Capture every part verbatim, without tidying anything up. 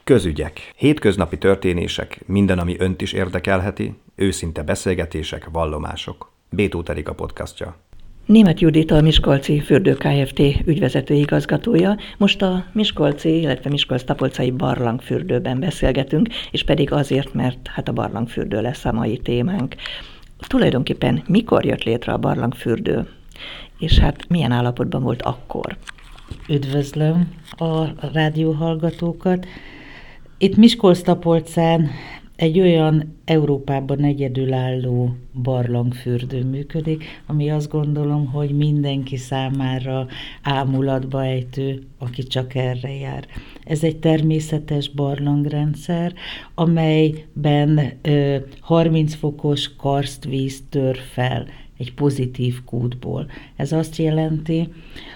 Közügyek, hétköznapi történések, minden, ami önt is érdekelheti, őszinte beszélgetések, vallomások. bé Tóth Erika podcastja. Németh Judit, a Miskolci Fürdő Kft. Ügyvezető igazgatója. Most a Miskolci, illetve Miskolc-Tapolcai barlangfürdőben beszélgetünk, és pedig azért, mert hát a barlangfürdő lesz a mai témánk. Tulajdonképpen mikor jött létre a barlangfürdő, és hát milyen állapotban volt akkor? Üdvözlöm a rádióhallgatókat. Itt Miskolc-Tapolcán egy olyan Európában egyedülálló barlangfürdő működik, ami azt gondolom, hogy mindenki számára ámulatba ejtő, aki csak erre jár. Ez egy természetes barlangrendszer, amelyben ö, harminc fokos karsztvíz tör fel egy pozitív kútból. Ez azt jelenti,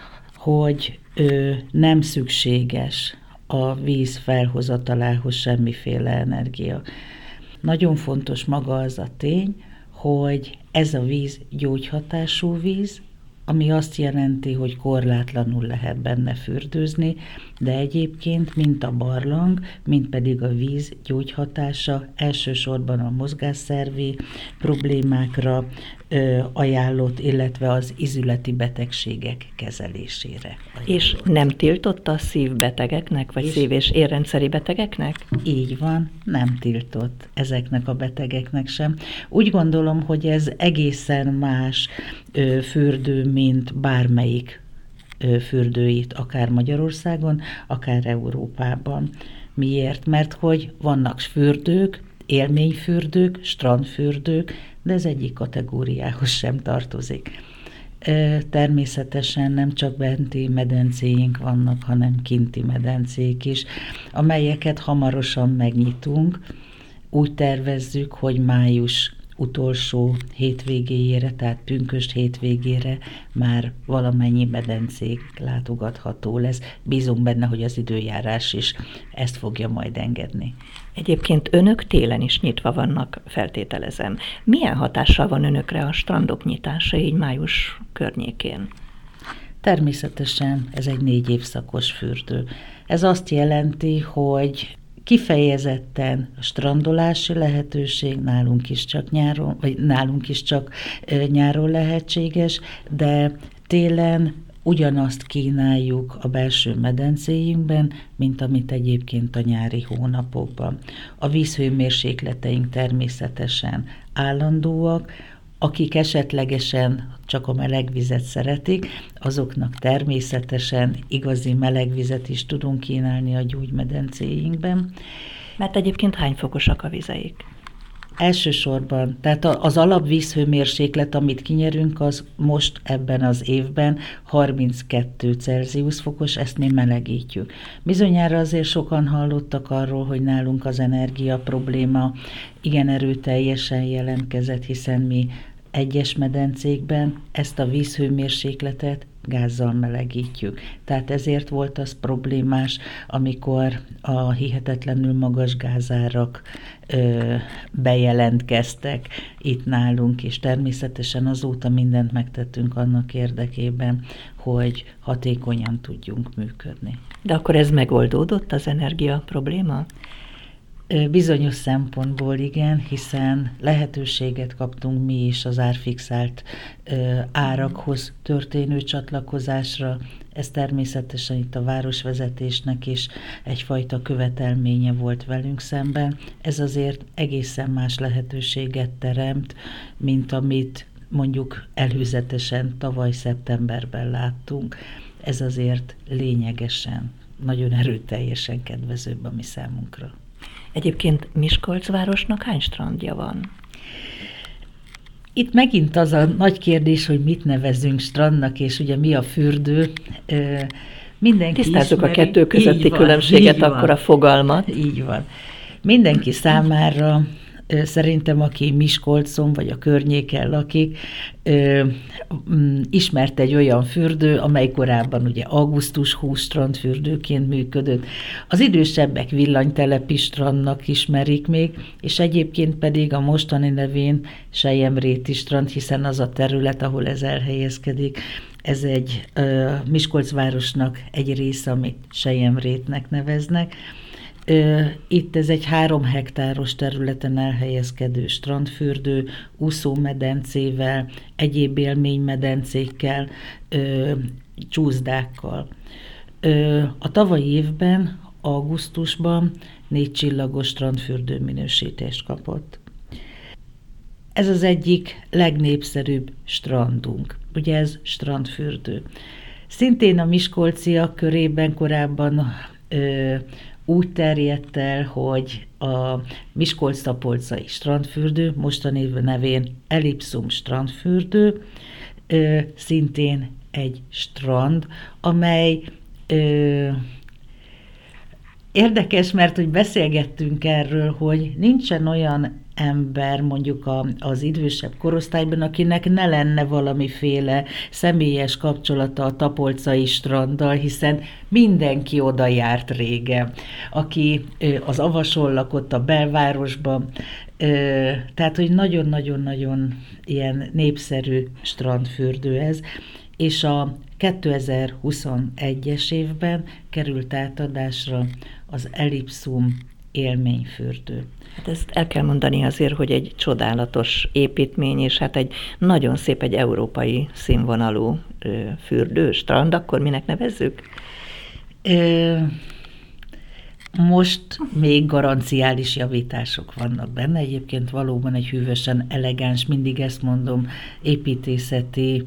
hogy ö, nem szükséges a víz felhozatalához semmiféle energia. Nagyon fontos maga az a tény, hogy ez a víz gyógyhatású víz, ami azt jelenti, hogy korlátlanul lehet benne fürdőzni, de egyébként mint a barlang, mint pedig a víz gyógyhatása elsősorban a mozgásszervi problémákra ö, ajánlott, illetve az ízületi betegségek kezelésére. És nem tiltotta a szívbetegeknek, vagy és szív- és érrendszeri betegeknek? Így van, nem tiltott ezeknek a betegeknek sem. Úgy gondolom, hogy ez egészen más ö, fürdő, mint bármelyik ö, fürdőit, akár Magyarországon, akár Európában. Miért? Mert hogy vannak fürdők, élményfürdők, strandfürdők, de ez egyik kategóriához sem tartozik. Természetesen nem csak benti medencéink vannak, hanem kinti medencék is, amelyeket hamarosan megnyitunk. Úgy tervezzük, hogy május utolsó hétvégéjére, tehát pünkösd hétvégére már valamennyi medencék látogatható lesz. Bízunk benne, hogy az időjárás is ezt fogja majd engedni. Egyébként önök télen is nyitva vannak, feltételezem. Milyen hatással van önökre a strandok nyitása így május környékén? Természetesen ez egy négy évszakos fürdő. Ez azt jelenti, hogy kifejezetten strandolási lehetőség nálunk is csak nyáron, vagy nálunk is csak nyáron lehetséges, de télen ugyanazt kínáljuk a belső medencéinkben, mint amit egyébként a nyári hónapokban. A vízhőmérsékleteink természetesen állandóak, akik esetlegesen csak a melegvizet szeretik, azoknak természetesen igazi melegvizet is tudunk kínálni a gyógymedencéinkben. Mert egyébként hány fokosak a vizeik? Elsősorban, tehát az alapvízhőmérséklet, amit kinyerünk, az most ebben az évben harminckettő Celsius fokos, ezt mi melegítjük. Bizonyára azért sokan hallottak arról, hogy nálunk az energia probléma igen erőteljesen jelentkezett, hiszen mi egyes medencékben ezt a vízhőmérsékletet gázzal melegítjük. Tehát ezért volt az problémás, amikor a hihetetlenül magas gázárak ö, bejelentkeztek itt nálunk, és természetesen azóta mindent megtettünk annak érdekében, hogy hatékonyan tudjunk működni. De akkor ez megoldódott, az energia probléma? Bizonyos szempontból igen, hiszen lehetőséget kaptunk mi is az árfixált ö, árakhoz történő csatlakozásra. Ez természetesen itt a városvezetésnek is egyfajta követelménye volt velünk szemben. Ez azért egészen más lehetőséget teremt, mint amit mondjuk előzetesen tavaly szeptemberben láttunk. Ez azért lényegesen, nagyon erőteljesen kedvezőbb a mi számunkra. Egyébként Miskolcvárosnak hány strandja van? Itt megint az a nagy kérdés, hogy mit nevezzünk strandnak, és ugye mi a fürdő. Mindenki Tisztázzuk ismeri. A kettő közötti Így van, különbséget, így akkor van. a fogalmat. Így van. Mindenki számára, szerintem aki Miskolcon vagy a környéken lakik, ismert egy olyan fürdő, amely korábban ugye augusztus húsz strandfürdőként működött. Az idősebbek villanytelepi strandnak ismerik még, és egyébként pedig a mostani nevén Selyemréti strand, hiszen az a terület, ahol ez elhelyezkedik, ez egy uh, Miskolcvárosnak egy része, amit Selyemrétnek neveznek. Itt ez egy három hektáros területen elhelyezkedő strandfürdő, úszómedencével, egyéb élménymedencékkel, csúszdákkal. A tavalyi évben, augusztusban négy csillagos strandfürdő minősítést kapott. Ez az egyik legnépszerűbb strandunk. Ugye ez strandfürdő. Szintén a miskolciak körében korábban ö, úgy terjedt el, hogy a Miskolc-Tapolcai strandfürdő, mostani nevén Ellipszum strandfürdő, ö, szintén egy strand, amely ö, érdekes, mert hogy beszélgettünk erről, hogy nincsen olyan ember mondjuk a, az idősebb korosztályban, akinek ne lenne valamiféle személyes kapcsolata a tapolcai stranddal, hiszen mindenki oda járt régen, aki az Avason lakott, a belvárosban, tehát hogy nagyon-nagyon-nagyon ilyen népszerű strandfürdő ez, és a kétezer-huszonegyes évben került átadásra az Ellipszum élményfürdő. Hát ezt el kell mondani azért, hogy egy csodálatos építmény, és hát egy nagyon szép, egy európai színvonalú fürdő, strand, akkor minek nevezzük? Most még garanciális javítások vannak benne, egyébként valóban egy hűvösen elegáns, mindig ezt mondom, építészeti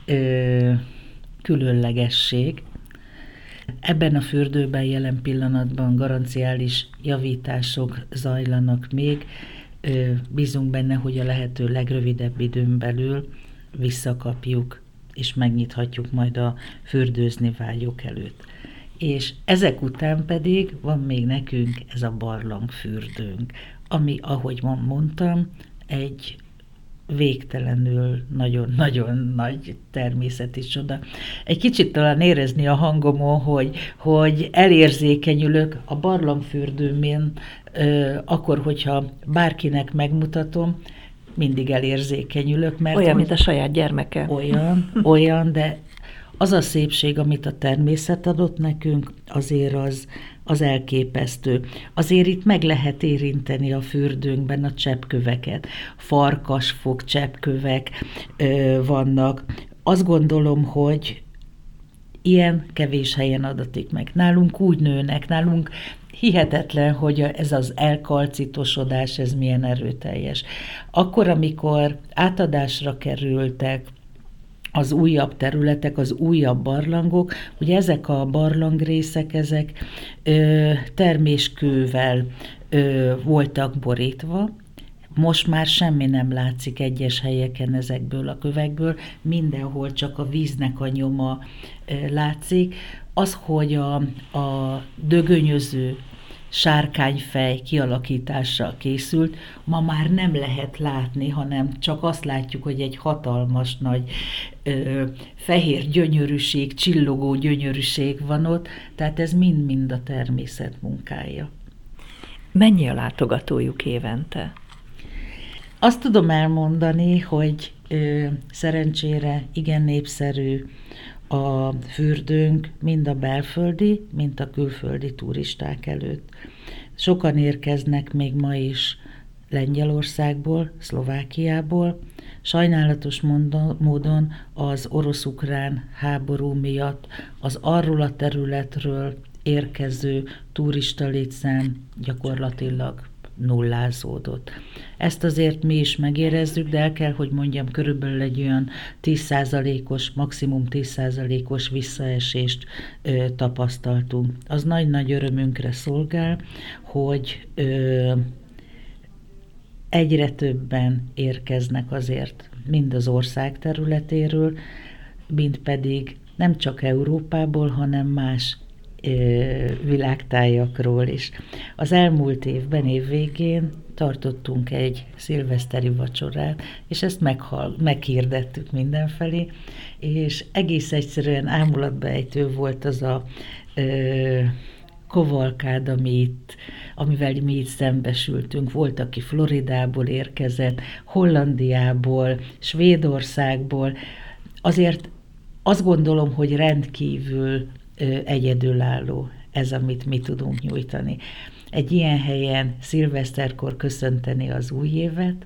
ö, különlegesség. Ebben a fürdőben jelen pillanatban garanciális javítások zajlanak még. Bízunk benne, hogy a lehető legrövidebb időn belül visszakapjuk, és megnyithatjuk majd a fürdőzni vágyók előtt. És ezek után pedig van még nekünk ez a barlangfürdőnk, ami, ahogy mondtam, egy végtelenül nagyon-nagyon nagy természeti csoda. Egy kicsit talán érezni a hangomon, hogy, hogy elérzékenyülök a barlangfürdőmén, akkor, hogyha bárkinek megmutatom, mindig elérzékenyülök. Mert olyan, mint a saját gyermeke. Olyan, olyan, de az a szépség, amit a természet adott nekünk, azért az, az elképesztő. Azért itt meg lehet érinteni a fürdőnkben a cseppköveket. Farkasfog cseppkövek ö, vannak. Azt gondolom, hogy ilyen kevés helyen adatik meg. Nálunk úgy nőnek, nálunk hihetetlen, hogy ez az elkalcitosodás, ez milyen erőteljes. Akkor, amikor átadásra kerültek az újabb területek, az újabb barlangok, ugye ezek a barlangrészek, ezek ö, terméskővel ö, voltak borítva, most már semmi nem látszik egyes helyeken ezekből a kövekből, mindenhol csak a víznek a nyoma ö, látszik. Az, hogy a, a dögönyöző sárkányfej kialakítással készült, ma már nem lehet látni, hanem csak azt látjuk, hogy egy hatalmas nagy ö, fehér gyönyörűség, csillogó gyönyörűség van ott, tehát ez mind-mind a természet munkája. Mennyi a látogatójuk évente? Azt tudom elmondani, hogy ö, szerencsére igen népszerű a fürdőnk mind a belföldi, mind a külföldi turisták előtt. Sokan érkeznek még ma is Lengyelországból, Szlovákiából. Sajnálatos módon az orosz-ukrán háború miatt az arról a területről érkező turista létszám gyakorlatilag nullázódott. Ezt azért mi is megérezzük, de el kell, hogy mondjam, körülbelül egy olyan tíz százalékos, maximum tíz százalékos visszaesést ö, tapasztaltunk. Az nagy-nagy örömünkre szolgál, hogy ö, egyre többen érkeznek azért mind az ország területéről, mind pedig nem csak Európából, hanem más világtájakról is. Az elmúlt évben, év végén tartottunk egy szilveszteri vacsorát, és ezt meghal, meghirdettük mindenfelé, és egész egyszerűen ámulatbejtő volt az a ö, kovalkád, ami itt, amivel mi itt szembesültünk. Volt, aki Floridából érkezett, Hollandiából, Svédországból. Azért azt gondolom, hogy rendkívül egyedülálló ez, amit mi tudunk nyújtani. egy ilyen helyen szilveszterkor köszönteni az új évet,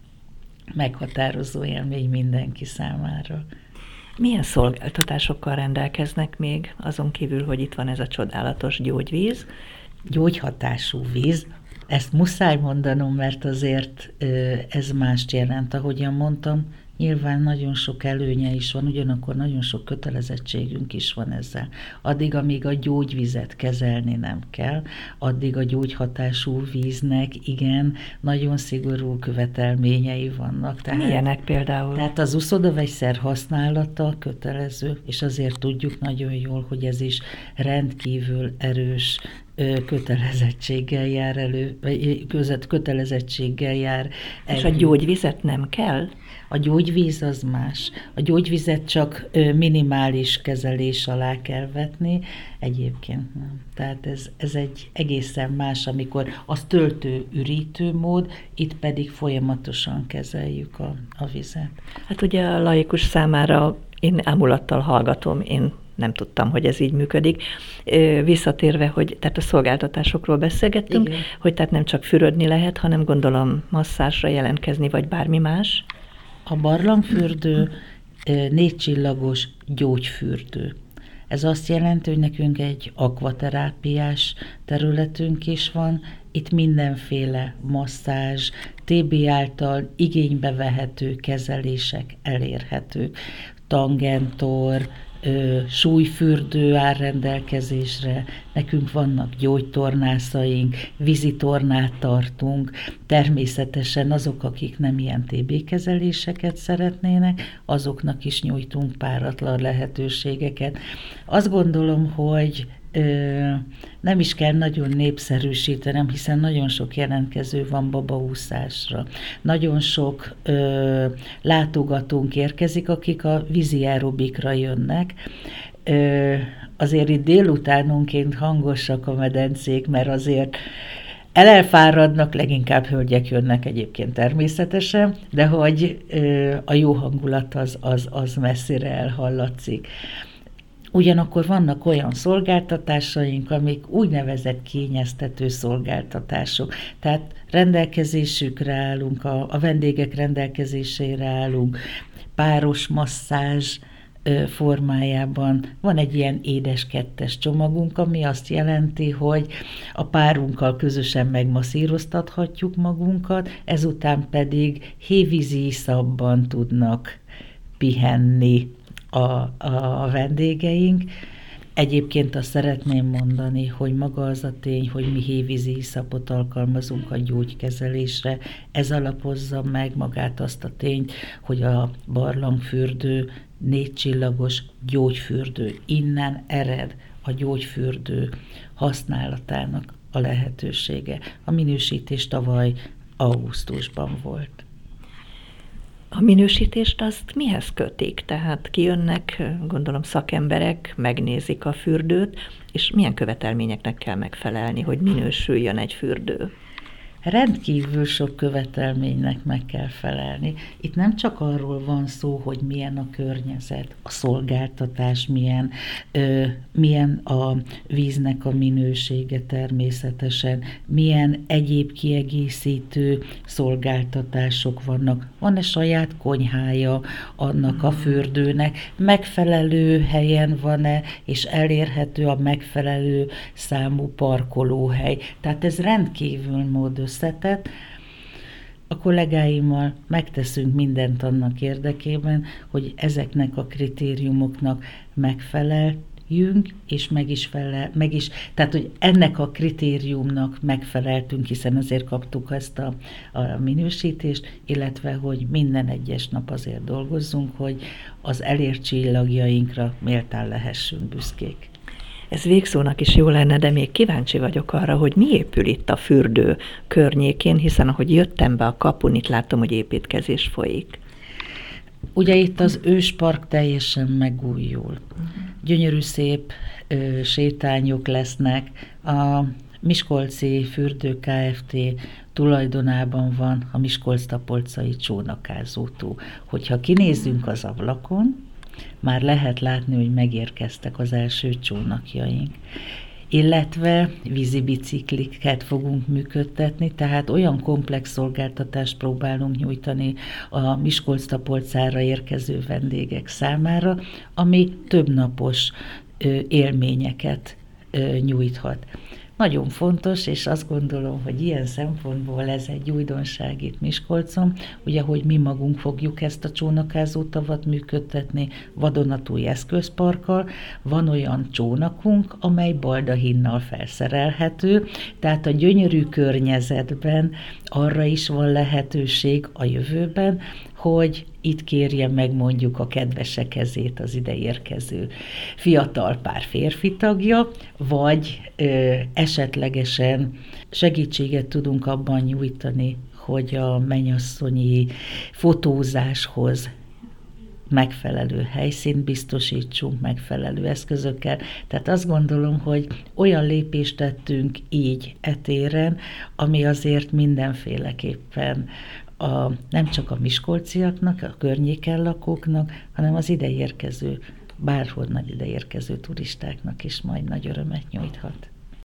meghatározó élmény mindenki számára. Milyen szolgáltatásokkal rendelkeznek még, azon kívül, hogy itt van ez a csodálatos gyógyvíz? Gyógyhatású víz. Ezt muszáj mondanom, mert azért ez mást jelent. Ahogyan mondtam, nyilván nagyon sok előnye is van, ugyanakkor nagyon sok kötelezettségünk is van ezzel. Addig, amíg a gyógyvizet kezelni nem kell, addig a gyógyhatású víznek igen, nagyon szigorú követelményei vannak. Tehát, milyenek például? Tehát az uszodavegyszer használata kötelező, és azért tudjuk nagyon jól, hogy ez is rendkívül erős kötelezettséggel jár elő, vagy között kötelezettséggel jár elő. És a gyógyvizet nem kell? A gyógyvíz az más. A gyógyvizet csak minimális kezelés alá kell vetni, egyébként nem. Tehát ez, ez egy egészen más, amikor az töltő-ürítő mód, itt pedig folyamatosan kezeljük a, a vizet. Hát ugye a laikus számára én ámulattal hallgatom, én nem tudtam, hogy ez így működik. Visszatérve, hogy tehát a szolgáltatásokról beszélgettünk, igen, hogy tehát nem csak fürödni lehet, hanem gondolom masszázsra jelentkezni, vagy bármi más. A barlangfürdő négycsillagos gyógyfürdő. Ez azt jelenti, hogy nekünk egy akvaterápiás területünk is van, itt mindenféle masszázs, té bé által igénybe vehető kezelések elérhetők. Tangentor, súlyfürdő áll rendelkezésre, nekünk vannak gyógytornászaink, vízitornát tartunk, természetesen azok, akik nem ilyen té bé kezeléseket szeretnének, azoknak is nyújtunk páratlan lehetőségeket. Azt gondolom, hogy Ö, nem is kell nagyon népszerűsítenem, hiszen nagyon sok jelentkező van babaúszásra. Nagyon sok ö, látogatónk érkezik, akik a vízi aerobikra jönnek. Ö, azért itt délutánonként hangosak a medencék, mert azért elelfáradnak, leginkább hölgyek jönnek egyébként természetesen, de hogy ö, a jó hangulat az, az, az messzire elhallatszik. Ugyanakkor vannak olyan szolgáltatásaink, amik úgynevezett kényeztető szolgáltatások. Tehát rendelkezésükre állunk, a, a vendégek rendelkezésére állunk, páros masszázs ö, formájában. Van egy ilyen édes kettes csomagunk, ami azt jelenti, hogy a párunkkal közösen megmasszíroztathatjuk magunkat, ezután pedig hévízi iszapban tudnak pihenni A, a vendégeink. Egyébként azt szeretném mondani, hogy maga az a tény, hogy mi hévízi iszapot alkalmazunk a gyógykezelésre, ez alapozza meg magát azt a tényt, hogy a barlangfürdő négycsillagos gyógyfürdő. Innen ered a gyógyfürdő használatának a lehetősége. A minősítés tavaly augusztusban volt. A minősítést azt mihez kötik? Tehát kijönnek, gondolom szakemberek, megnézik a fürdőt, és milyen követelményeknek kell megfelelni, hogy minősüljön egy fürdő? Rendkívül sok követelménynek meg kell felelni. Itt nem csak arról van szó, hogy milyen a környezet, a szolgáltatás milyen, ö, milyen a víznek a minősége természetesen, milyen egyéb kiegészítő szolgáltatások vannak. Van-e saját konyhája annak a fürdőnek, megfelelő helyen van-e, és elérhető a megfelelő számú parkolóhely. Tehát ez rendkívül mód összetett. A kollégáimmal megteszünk mindent annak érdekében, hogy ezeknek a kritériumoknak megfeleljünk, és meg is felel, meg is, tehát, hogy ennek a kritériumnak megfeleltünk, hiszen azért kaptuk ezt a, a minősítést, illetve, hogy minden egyes nap azért dolgozzunk, hogy az elért csillagjainkra méltán lehessünk büszkék. Ez végszónak is jó lenne, de még kíváncsi vagyok arra, hogy mi épül itt a fürdő környékén, hiszen ahogy jöttem be a kapun, itt látom, hogy építkezés folyik. Ugye itt az őspark teljesen megújul. Gyönyörű szép ö, sétányok lesznek. A Miskolci Fürdő Kft. Tulajdonában van a Miskolc-Tapolcai csónakázótó. Hogyha kinézzünk az ablakon, már lehet látni, hogy megérkeztek az első csónakjaink. illetve vízi bicikliket fogunk működtetni, tehát olyan komplex szolgáltatást próbálunk nyújtani a Miskolc-Tapolcára érkező vendégek számára, ami többnapos élményeket nyújthat. Nagyon fontos, és azt gondolom, hogy ilyen szempontból ez egy újdonság itt Miskolcon, ugye, hogy mi magunk fogjuk ezt a csónakázó tavat működtetni vadonatúj eszközparkkal. Van olyan csónakunk, amely baldahinnal felszerelhető, tehát a gyönyörű környezetben arra is van lehetőség a jövőben, hogy itt kérje meg mondjuk a kedvese kezét az ide érkező fiatal pár férfi tagja, vagy ö, esetlegesen segítséget tudunk abban nyújtani, hogy a mennyasszonyi fotózáshoz megfelelő helyszínt biztosítsunk, megfelelő eszközökkel. Tehát azt gondolom, hogy olyan lépést tettünk így etéren, ami azért mindenféleképpen a, nem csak a miskolciaknak, a környéken lakóknak, hanem az ide érkező, bárhonnan ide érkező turistáknak is majd nagy örömet nyújthat.